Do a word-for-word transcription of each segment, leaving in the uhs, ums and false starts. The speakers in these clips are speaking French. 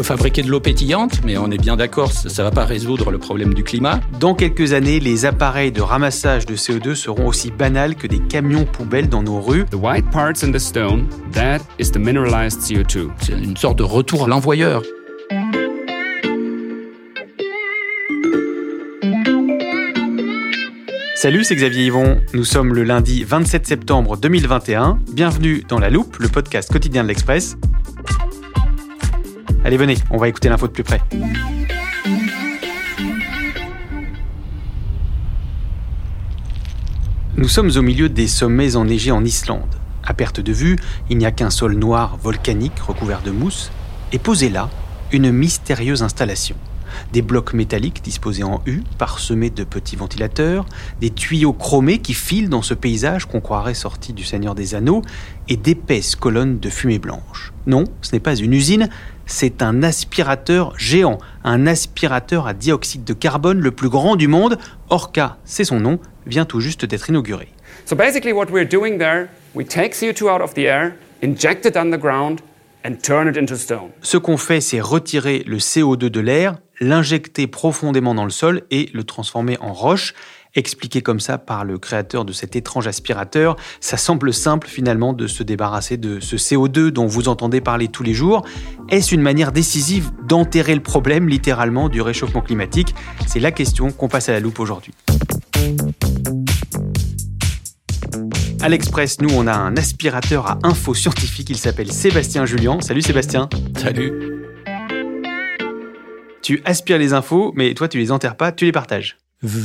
fabriquer de l'eau pétillante, mais on est bien d'accord, ça ne va pas résoudre le problème du climat. Dans quelques années, les appareils de ramassage de C O deux seront aussi banals que des camions poubelles dans nos rues. The white parts in the stone, that is the mineralized C O two. C'est une sorte de retour à l'envoyeur. Salut, c'est Xavier Yvon. Nous sommes le lundi vingt-sept septembre deux mille vingt et un. Bienvenue dans La Loupe, le podcast quotidien de l'Express. Allez, venez, on va écouter l'info de plus près. Nous sommes au milieu des sommets enneigés en Islande. À perte de vue, il n'y a qu'un sol noir volcanique recouvert de mousse. Et posé là, une mystérieuse installation. Des blocs métalliques disposés en U, parsemés de petits ventilateurs, des tuyaux chromés qui filent dans ce paysage qu'on croirait sorti du Seigneur des Anneaux, et d'épaisses colonnes de fumée blanche. Non, ce n'est pas une usine, c'est un aspirateur géant, un aspirateur à dioxyde de carbone le plus grand du monde. Orca, c'est son nom, vient tout juste d'être inauguré. So basically what we're doing there, we take C O two out of the air, inject it underground and turn it into stone. Ce qu'on fait, c'est retirer le C O deux de l'air, l'injecter profondément dans le sol et le transformer en roche. Expliqué comme ça par le créateur de cet étrange aspirateur, ça semble simple finalement de se débarrasser de ce C O deux dont vous entendez parler tous les jours. Est-ce une manière décisive d'enterrer le problème littéralement du réchauffement climatique ? C'est la question qu'on passe à la loupe aujourd'hui. À l'Express, nous, on a un aspirateur à info scientifique, il s'appelle Sébastien Julian. Salut Sébastien. Salut. Tu aspires les infos, mais toi, tu les enterres pas, tu les partages.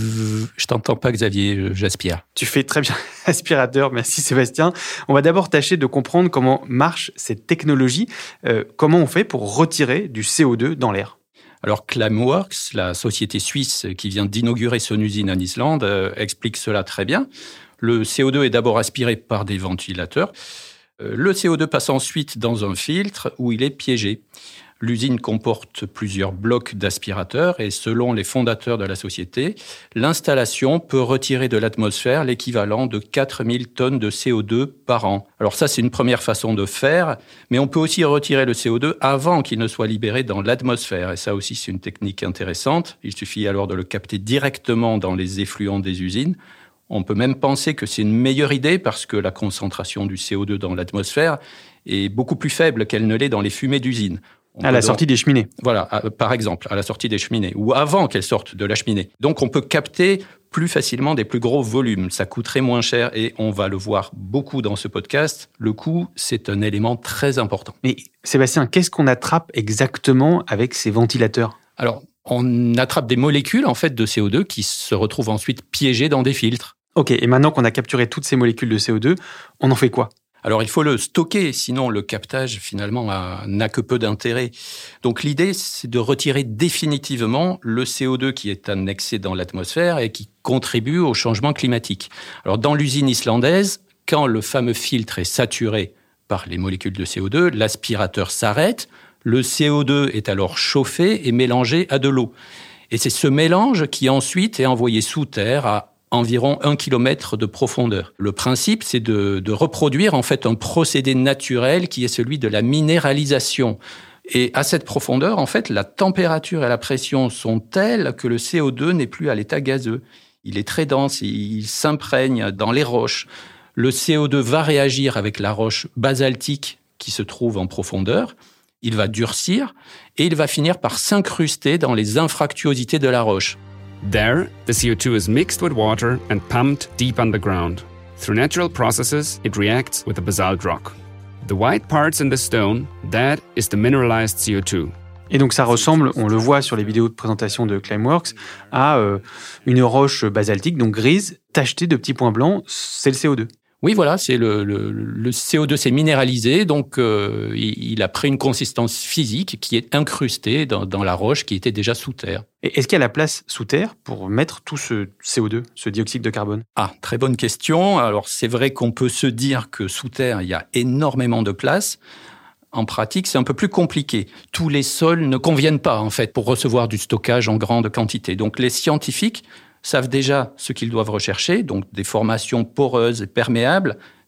Je t'entends pas, Xavier, j'aspire. Tu fais très bien aspirateur, merci Sébastien. On va d'abord tâcher de comprendre comment marche cette technologie. Euh, comment on fait pour retirer du C O deux dans l'air ? Alors Climeworks, la société suisse qui vient d'inaugurer son usine en Islande, euh, explique cela très bien. Le C O deux est d'abord aspiré par des ventilateurs. Euh, le C O deux passe ensuite dans un filtre où il est piégé. L'usine comporte plusieurs blocs d'aspirateurs et selon les fondateurs de la société, l'installation peut retirer de l'atmosphère l'équivalent de quatre mille tonnes de C O deux par an. Alors ça, c'est une première façon de faire, mais on peut aussi retirer le C O deux avant qu'il ne soit libéré dans l'atmosphère. Et ça aussi, c'est une technique intéressante. Il suffit alors de le capter directement dans les effluents des usines. On peut même penser que c'est une meilleure idée parce que la concentration du C O deux dans l'atmosphère est beaucoup plus faible qu'elle ne l'est dans les fumées d'usines. On à la donc, sortie des cheminées. Voilà, à, par exemple, à la sortie des cheminées, ou avant qu'elles sortent de la cheminée. Donc, on peut capter plus facilement des plus gros volumes. Ça coûterait moins cher et on va le voir beaucoup dans ce podcast. Le coût, c'est un élément très important. Mais Sébastien, qu'est-ce qu'on attrape exactement avec ces ventilateurs ? Alors, on attrape des molécules en fait de C O deux qui se retrouvent ensuite piégées dans des filtres. Ok, et maintenant qu'on a capturé toutes ces molécules de C O deux, on en fait quoi ? Alors, il faut le stocker, sinon le captage, finalement, a, n'a que peu d'intérêt. Donc, l'idée, c'est de retirer définitivement le C O deux qui est annexé dans l'atmosphère et qui contribue au changement climatique. Alors, dans l'usine islandaise, quand le fameux filtre est saturé par les molécules de C O deux, l'aspirateur s'arrête, le C O deux est alors chauffé et mélangé à de l'eau. Et c'est ce mélange qui ensuite est envoyé sous terre à environ un kilomètre de profondeur. Le principe, c'est de, de reproduire en fait un procédé naturel qui est celui de la minéralisation. Et à cette profondeur, en fait, la température et la pression sont telles que le C O deux n'est plus à l'état gazeux. Il est très dense, il s'imprègne dans les roches. Le C O deux va réagir avec la roche basaltique qui se trouve en profondeur. Il va durcir et il va finir par s'incruster dans les infractuosités de la roche. There, the C O two is mixed with water and pumped deep underground. Through natural processes, it reacts with the basalt rock. The white parts in the stone, that is the mineralized C O two. Et donc ça ressemble, on le voit sur les vidéos de présentation de Climeworks, à euh, une roche basaltique, donc grise, tachetée de petits points blancs, c'est le C O deux. Oui, voilà, c'est le, le, le C O deux s'est minéralisé, donc euh, il, il a pris une consistance physique qui est incrustée dans, dans la roche qui était déjà sous terre. Et est-ce qu'il y a la place sous terre pour mettre tout ce C O deux, ce dioxyde de carbone ? Ah, très bonne question. Alors, c'est vrai qu'on peut se dire que sous terre, il y a énormément de place. En pratique, c'est un peu plus compliqué. Tous les sols ne conviennent pas, en fait, pour recevoir du stockage en grande quantité. Donc, les scientifiques savent déjà ce qu'ils doivent rechercher, donc des formations poreuses et perméables,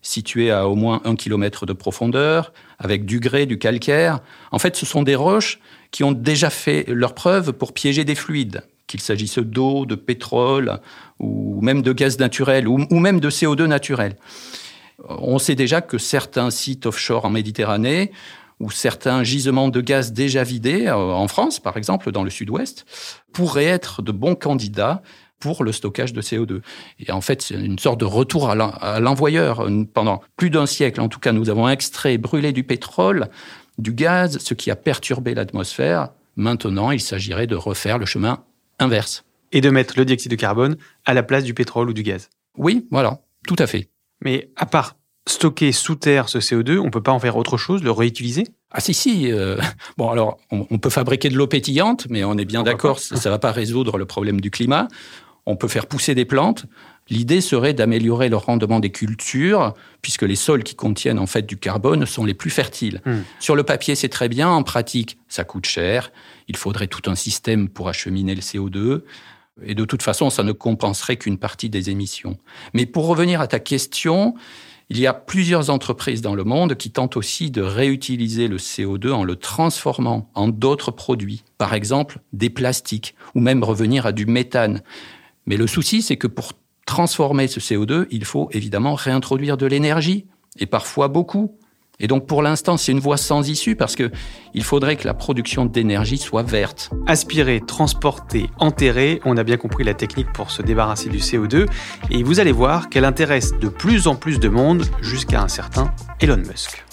situées à au moins un kilomètre de profondeur, avec du grès, du calcaire. En fait, ce sont des roches qui ont déjà fait leur preuve pour piéger des fluides, qu'il s'agisse d'eau, de pétrole, ou même de gaz naturel, ou, ou même de C O deux naturel. On sait déjà que certains sites offshore en Méditerranée, ou certains gisements de gaz déjà vidés, en France par exemple, dans le sud-ouest, pourraient être de bons candidats pour le stockage de C O deux. Et en fait, c'est une sorte de retour à l'envoyeur. Pendant plus d'un siècle, en tout cas, nous avons extrait et brûlé du pétrole, du gaz, ce qui a perturbé l'atmosphère. Maintenant, il s'agirait de refaire le chemin inverse. Et de mettre le dioxyde de carbone à la place du pétrole ou du gaz. Oui, voilà, tout à fait. Mais à part stocker sous terre ce C O deux, on ne peut pas en faire autre chose, le réutiliser ? Ah si, si. Euh, bon, alors, on, on peut fabriquer de l'eau pétillante, mais on est bien Pourquoi d'accord, pas ça ne va pas résoudre le problème du climat. On peut faire pousser des plantes. L'idée serait d'améliorer le rendement des cultures, puisque les sols qui contiennent en fait du carbone sont les plus fertiles. Mmh. Sur le papier, c'est très bien. En pratique, ça coûte cher. Il faudrait tout un système pour acheminer le C O deux. Et de toute façon, ça ne compenserait qu'une partie des émissions. Mais pour revenir à ta question, il y a plusieurs entreprises dans le monde qui tentent aussi de réutiliser le C O deux en le transformant en d'autres produits. Par exemple, des plastiques, ou même revenir à du méthane. Mais le souci, c'est que pour transformer ce C O deux, il faut évidemment réintroduire de l'énergie, et parfois beaucoup. Et donc, pour l'instant, c'est une voie sans issue parce que il faudrait que la production d'énergie soit verte. Aspirer, transporter, enterrer, on a bien compris la technique pour se débarrasser du C O deux. Et vous allez voir qu'elle intéresse de plus en plus de monde jusqu'à un certain Elon Musk.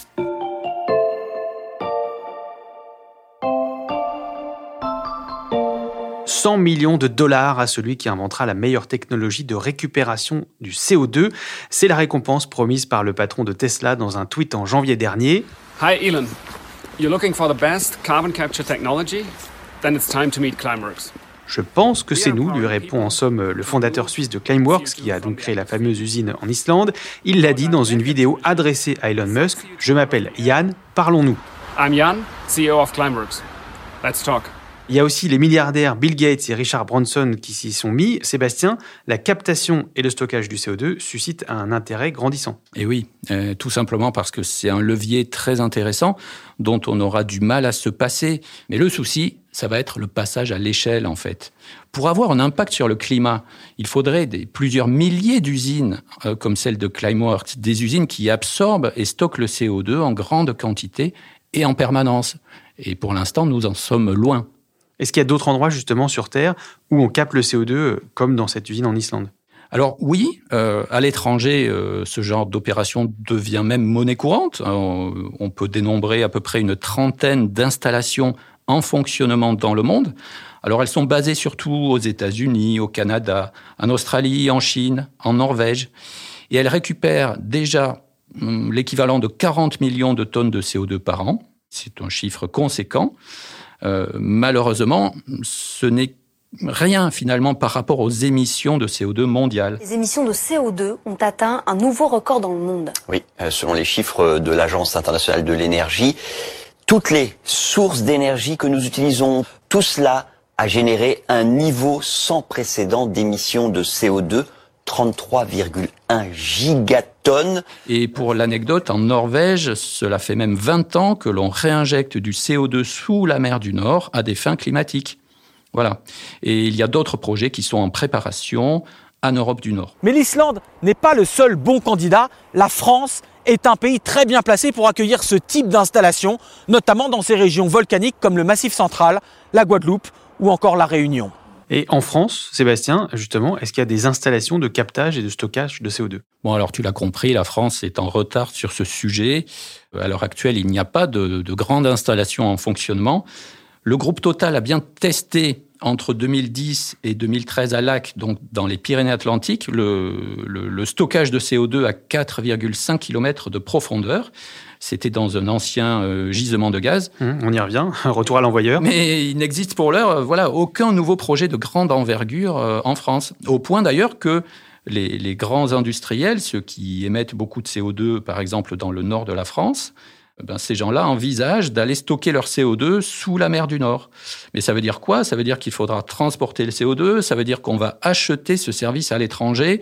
cent millions de dollars à celui qui inventera la meilleure technologie de récupération du C O deux. C'est la récompense promise par le patron de Tesla dans un tweet en janvier dernier. Hi Elon, you're looking for the best carbon capture technology? Then it's time to meet Climeworks. Je pense que c'est nous, lui répond en somme le fondateur suisse de Climeworks, qui a donc créé la fameuse usine en Islande. Il l'a dit dans une vidéo adressée à Elon Musk. Je m'appelle Yann, parlons-nous. I'm Yann, C E O of Climeworks. Let's talk. Il y a aussi les milliardaires Bill Gates et Richard Branson qui s'y sont mis. Sébastien, la captation et le stockage du C O deux suscitent un intérêt grandissant. Et oui, euh, tout simplement parce que c'est un levier très intéressant dont on aura du mal à se passer. Mais le souci, ça va être le passage à l'échelle, en fait. Pour avoir un impact sur le climat, il faudrait des, plusieurs milliers d'usines, euh, comme celle de Climeworks, des usines qui absorbent et stockent le C O deux en grande quantité et en permanence. Et pour l'instant, nous en sommes loin. Est-ce qu'il y a d'autres endroits, justement, sur Terre où on capte le C O deux, comme dans cette usine en Islande ? Alors oui, euh, à l'étranger, euh, ce genre d'opération devient même monnaie courante. Euh, on peut dénombrer à peu près une trentaine d'installations en fonctionnement dans le monde. Alors elles sont basées surtout aux États-Unis, au Canada, en Australie, en Chine, en Norvège. Et elles récupèrent déjà hum, l'équivalent de quarante millions de tonnes de C O deux par an. C'est un chiffre conséquent. Euh, malheureusement, ce n'est rien finalement par rapport aux émissions de C O deux mondiales. Les émissions de C O deux ont atteint un nouveau record dans le monde. Oui, euh, selon les chiffres de l'Agence internationale de l'énergie, toutes les sources d'énergie que nous utilisons, tout cela a généré un niveau sans précédent d'émissions de C O deux, trente-trois virgule un gigatonnes. Et pour l'anecdote, en Norvège, cela fait même vingt ans que l'on réinjecte du C O deux sous la mer du Nord à des fins climatiques. Voilà. Et il y a d'autres projets qui sont en préparation en Europe du Nord. Mais l'Islande n'est pas le seul bon candidat. La France est un pays très bien placé pour accueillir ce type d'installation, notamment dans ces régions volcaniques comme le Massif central, la Guadeloupe ou encore la Réunion. Et en France, Sébastien, justement, est-ce qu'il y a des installations de captage et de stockage de C O deux ? Bon, alors tu l'as compris, la France est en retard sur ce sujet. À l'heure actuelle, il n'y a pas de, de grande installation en fonctionnement. Le groupe Total a bien testé entre deux mille dix et deux mille treize à Lac, donc dans les Pyrénées-Atlantiques, le, le, le stockage de C O deux à quatre virgule cinq kilomètres de profondeur. C'était dans un ancien euh, gisement de gaz. Mmh, on y revient, retour à l'envoyeur. Mais il n'existe pour l'heure euh, voilà, aucun nouveau projet de grande envergure euh, en France. Au point d'ailleurs que les, les grands industriels, ceux qui émettent beaucoup de C O deux, par exemple dans le nord de la France, ben, ces gens-là envisagent d'aller stocker leur C O deux sous la mer du Nord. Mais ça veut dire quoi ? Ça veut dire qu'il faudra transporter le C O deux, ça veut dire qu'on va acheter ce service à l'étranger.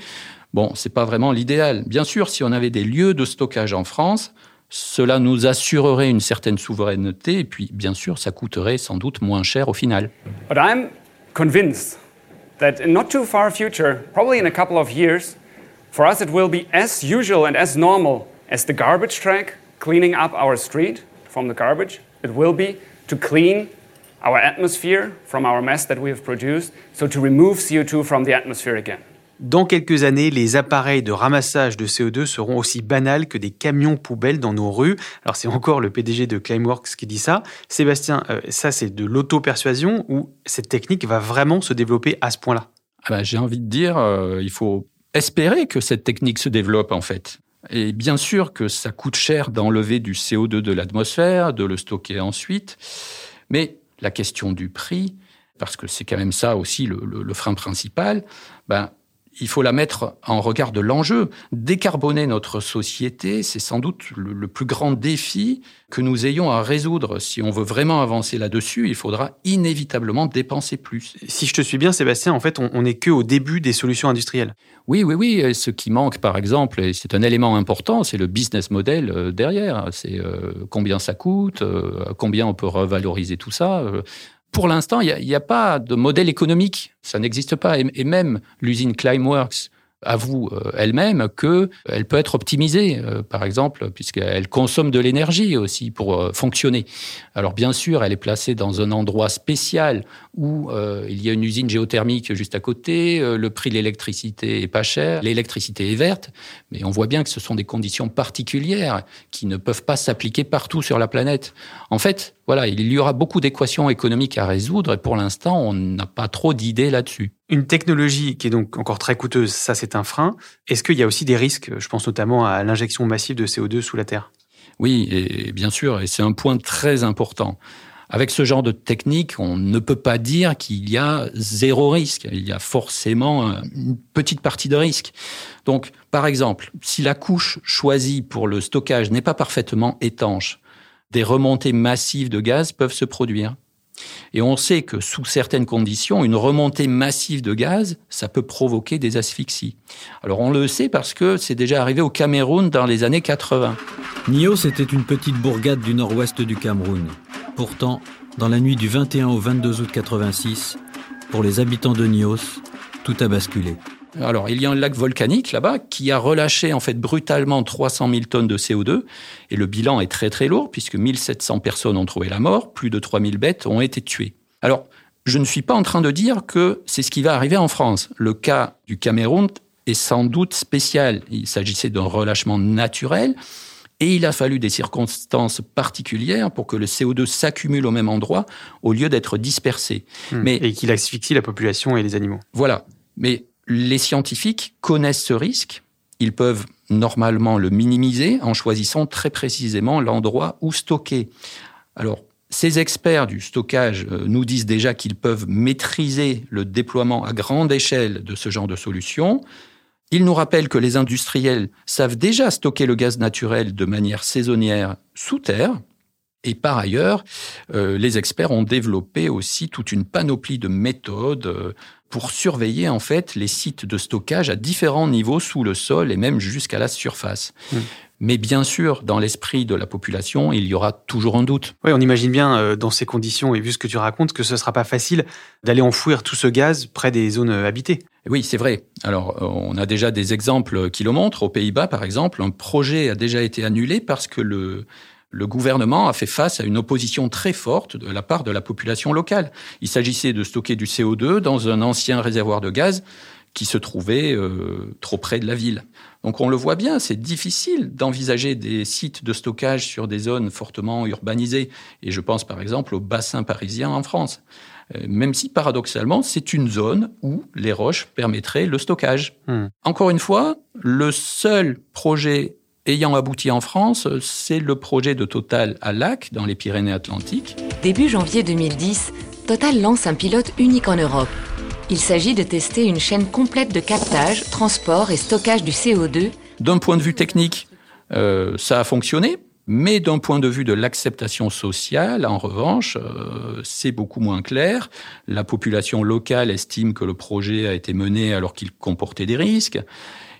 Bon, c'est pas vraiment l'idéal. Bien sûr, si on avait des lieux de stockage en France, cela nous assurerait une certaine souveraineté et puis, bien sûr, ça coûterait sans doute moins cher au final. But I'm convinced that in not too far future, probably in a couple of years, for us it will be as usual and as normal as the garbage truck cleaning up our street from the garbage. It will be to clean our atmosphere from our mess that we have produced, so to remove C O two from the atmosphere again. Dans quelques années, les appareils de ramassage de C O deux seront aussi banals que des camions poubelles dans nos rues. Alors c'est encore le P D G de Climeworks qui dit ça. Sébastien, euh, ça c'est de l'auto-persuasion ou cette technique va vraiment se développer à ce point-là ? Ah ben, j'ai envie de dire, euh, il faut espérer que cette technique se développe en fait. Et bien sûr que ça coûte cher d'enlever du C O deux de l'atmosphère, de le stocker ensuite. Mais la question du prix, parce que c'est quand même ça aussi le, le, le frein principal, ben, il faut la mettre en regard de l'enjeu. Décarboner notre société, c'est sans doute le, le plus grand défi que nous ayons à résoudre. Si on veut vraiment avancer là-dessus, il faudra inévitablement dépenser plus. Si je te suis bien, Sébastien, en fait, on n'est qu'au début des solutions industrielles. Oui, oui, oui. Et ce qui manque, par exemple, et c'est un élément important, c'est le business model derrière. C'est euh, combien ça coûte, euh, combien on peut revaloriser tout ça. Euh, Pour l'instant, il n'y a, a pas de modèle économique. Ça n'existe pas. Et, et même l'usine Climeworks avoue euh, elle-même qu'elle peut être optimisée, euh, par exemple, puisqu'elle consomme de l'énergie aussi pour euh, fonctionner. Alors bien sûr, elle est placée dans un endroit spécial où euh, il y a une usine géothermique juste à côté, euh, le prix de l'électricité est pas cher, l'électricité est verte, mais on voit bien que ce sont des conditions particulières qui ne peuvent pas s'appliquer partout sur la planète. En fait, voilà, il y aura beaucoup d'équations économiques à résoudre et pour l'instant, on n'a pas trop d'idées là-dessus. Une technologie qui est donc encore très coûteuse, ça c'est un frein. Est-ce qu'il y a aussi des risques ? Je pense notamment à l'injection massive de C O deux sous la Terre. Oui, et bien sûr, et c'est un point très important. Avec ce genre de technique, on ne peut pas dire qu'il y a zéro risque. Il y a forcément une petite partie de risque. Donc, par exemple, si la couche choisie pour le stockage n'est pas parfaitement étanche, des remontées massives de gaz peuvent se produire. Et on sait que sous certaines conditions, une remontée massive de gaz, ça peut provoquer des asphyxies. Alors on le sait parce que c'est déjà arrivé au Cameroun dans les années quatre-vingts. Nios était une petite bourgade du nord-ouest du Cameroun. Pourtant, dans la nuit du vingt et un au vingt-deux août quatre-vingt-six, pour les habitants de Nios, tout a basculé. Alors, il y a un lac volcanique là-bas qui a relâché en fait brutalement trois cent mille tonnes de C O deux et le bilan est très très lourd puisque mille sept cents personnes ont trouvé la mort, plus de trois mille bêtes ont été tuées. Alors, je ne suis pas en train de dire que c'est ce qui va arriver en France. Le cas du Cameroun est sans doute spécial. Il s'agissait d'un relâchement naturel et il a fallu des circonstances particulières pour que le C O deux s'accumule au même endroit au lieu d'être dispersé. Mmh. Mais, et qu'il asphyxie la population et les animaux. Voilà. Mais les scientifiques connaissent ce risque. Ils peuvent normalement le minimiser en choisissant très précisément l'endroit où stocker. Alors, ces experts du stockage nous disent déjà qu'ils peuvent maîtriser le déploiement à grande échelle de ce genre de solution. Ils nous rappellent que les industriels savent déjà stocker le gaz naturel de manière saisonnière sous terre. Et par ailleurs, euh, les experts ont développé aussi toute une panoplie de méthodes euh, pour surveiller en fait les sites de stockage à différents niveaux sous le sol et même jusqu'à la surface. Mmh. Mais bien sûr, dans l'esprit de la population, il y aura toujours un doute. Oui, on imagine bien euh, dans ces conditions et vu ce que tu racontes que ce ne sera pas facile d'aller enfouir tout ce gaz près des zones habitées. Oui, c'est vrai. Alors, on a déjà des exemples qui le montrent. Aux Pays-Bas, par exemple, un projet a déjà été annulé parce que le Le gouvernement a fait face à une opposition très forte de la part de la population locale. Il s'agissait de stocker du C O deux dans un ancien réservoir de gaz qui se trouvait euh, trop près de la ville. Donc on le voit bien, c'est difficile d'envisager des sites de stockage sur des zones fortement urbanisées. Et je pense par exemple au bassin parisien en France. Euh, même si paradoxalement, c'est une zone où les roches permettraient le stockage. Mmh. Encore une fois, le seul projet ayant abouti en France, c'est le projet de Total à Lac, dans les Pyrénées-Atlantiques. Début janvier deux mille dix, Total lance un pilote unique en Europe. Il s'agit de tester une chaîne complète de captage, transport et stockage du C O deux. D'un point de vue technique, euh, ça a fonctionné, mais d'un point de vue de l'acceptation sociale, en revanche, euh, c'est beaucoup moins clair. La population locale estime que le projet a été mené alors qu'il comportait des risques.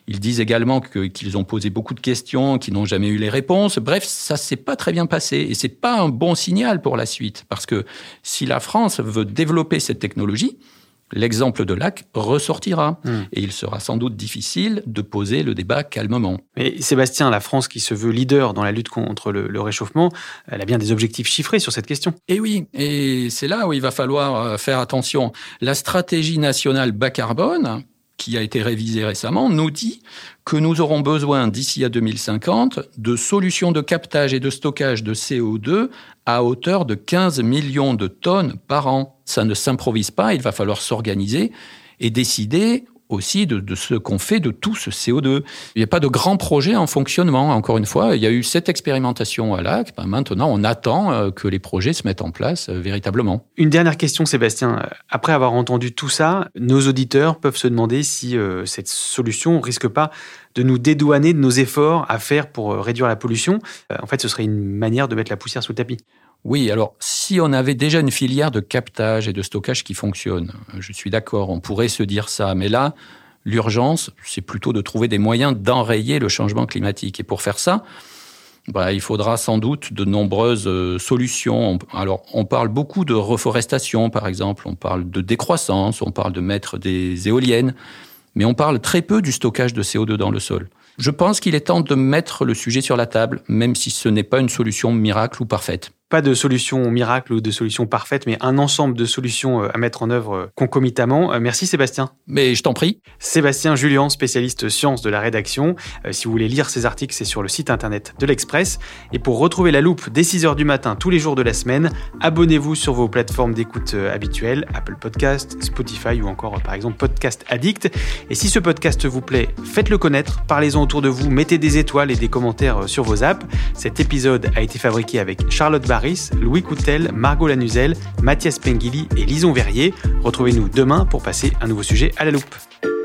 Ils disent également que, qu'ils ont posé beaucoup de questions, qu'ils n'ont jamais eu les réponses. Bref, ça s'est pas très bien passé. Et c'est pas un bon signal pour la suite. Parce que si la France veut développer cette technologie, l'exemple de Lacq ressortira. Mmh. Et il sera sans doute difficile de poser le débat calmement. Mais Sébastien, la France qui se veut leader dans la lutte contre le, le réchauffement, elle a bien des objectifs chiffrés sur cette question. Et oui, et c'est là où il va falloir faire attention. La stratégie nationale bas carbone, qui a été révisée récemment, nous dit que nous aurons besoin, d'ici à deux mille cinquante, de solutions de captage et de stockage de C O deux à hauteur de quinze millions de tonnes par an. Ça ne s'improvise pas, il va falloir s'organiser et décider aussi de, de ce qu'on fait de tout ce C O deux. Il n'y a pas de grand projet en fonctionnement. Encore une fois, il y a eu cette expérimentation à Lacq. Ben maintenant, on attend que les projets se mettent en place euh, véritablement. Une dernière question, Sébastien. Après avoir entendu tout ça, nos auditeurs peuvent se demander si euh, cette solution risque pas de nous dédouaner de nos efforts à faire pour euh, réduire la pollution. Euh, en fait, ce serait une manière de mettre la poussière sous le tapis. Oui, alors si on avait déjà une filière de captage et de stockage qui fonctionne, je suis d'accord, on pourrait se dire ça. Mais là, l'urgence, c'est plutôt de trouver des moyens d'enrayer le changement climatique. Et pour faire ça, bah, il faudra sans doute de nombreuses euh, solutions. Alors, on parle beaucoup de reforestation, par exemple. On parle de décroissance, on parle de mettre des éoliennes. Mais on parle très peu du stockage de C O deux dans le sol. Je pense qu'il est temps de mettre le sujet sur la table, même si ce n'est pas une solution miracle ou parfaite. Pas de solution miracle ou de solution parfaite, mais un ensemble de solutions à mettre en œuvre concomitamment. Merci Sébastien. Mais je t'en prie. Sébastien Julian, spécialiste sciences de la rédaction. Si vous voulez lire ses articles, c'est sur le site internet de l'Express. Et pour retrouver la loupe dès six heures du matin tous les jours de la semaine, abonnez-vous sur vos plateformes d'écoute habituelles, Apple Podcast, Spotify ou encore par exemple Podcast Addict. Et si ce podcast vous plaît, faites-le connaître, parlez-en autour de vous, mettez des étoiles et des commentaires sur vos apps. Cet épisode a été fabriqué avec Charlotte Barry, Louis Coutel, Margot Lanuzel, Mathias Pengili et Lison Verrier. Retrouvez-nous demain pour passer un nouveau sujet à la loupe.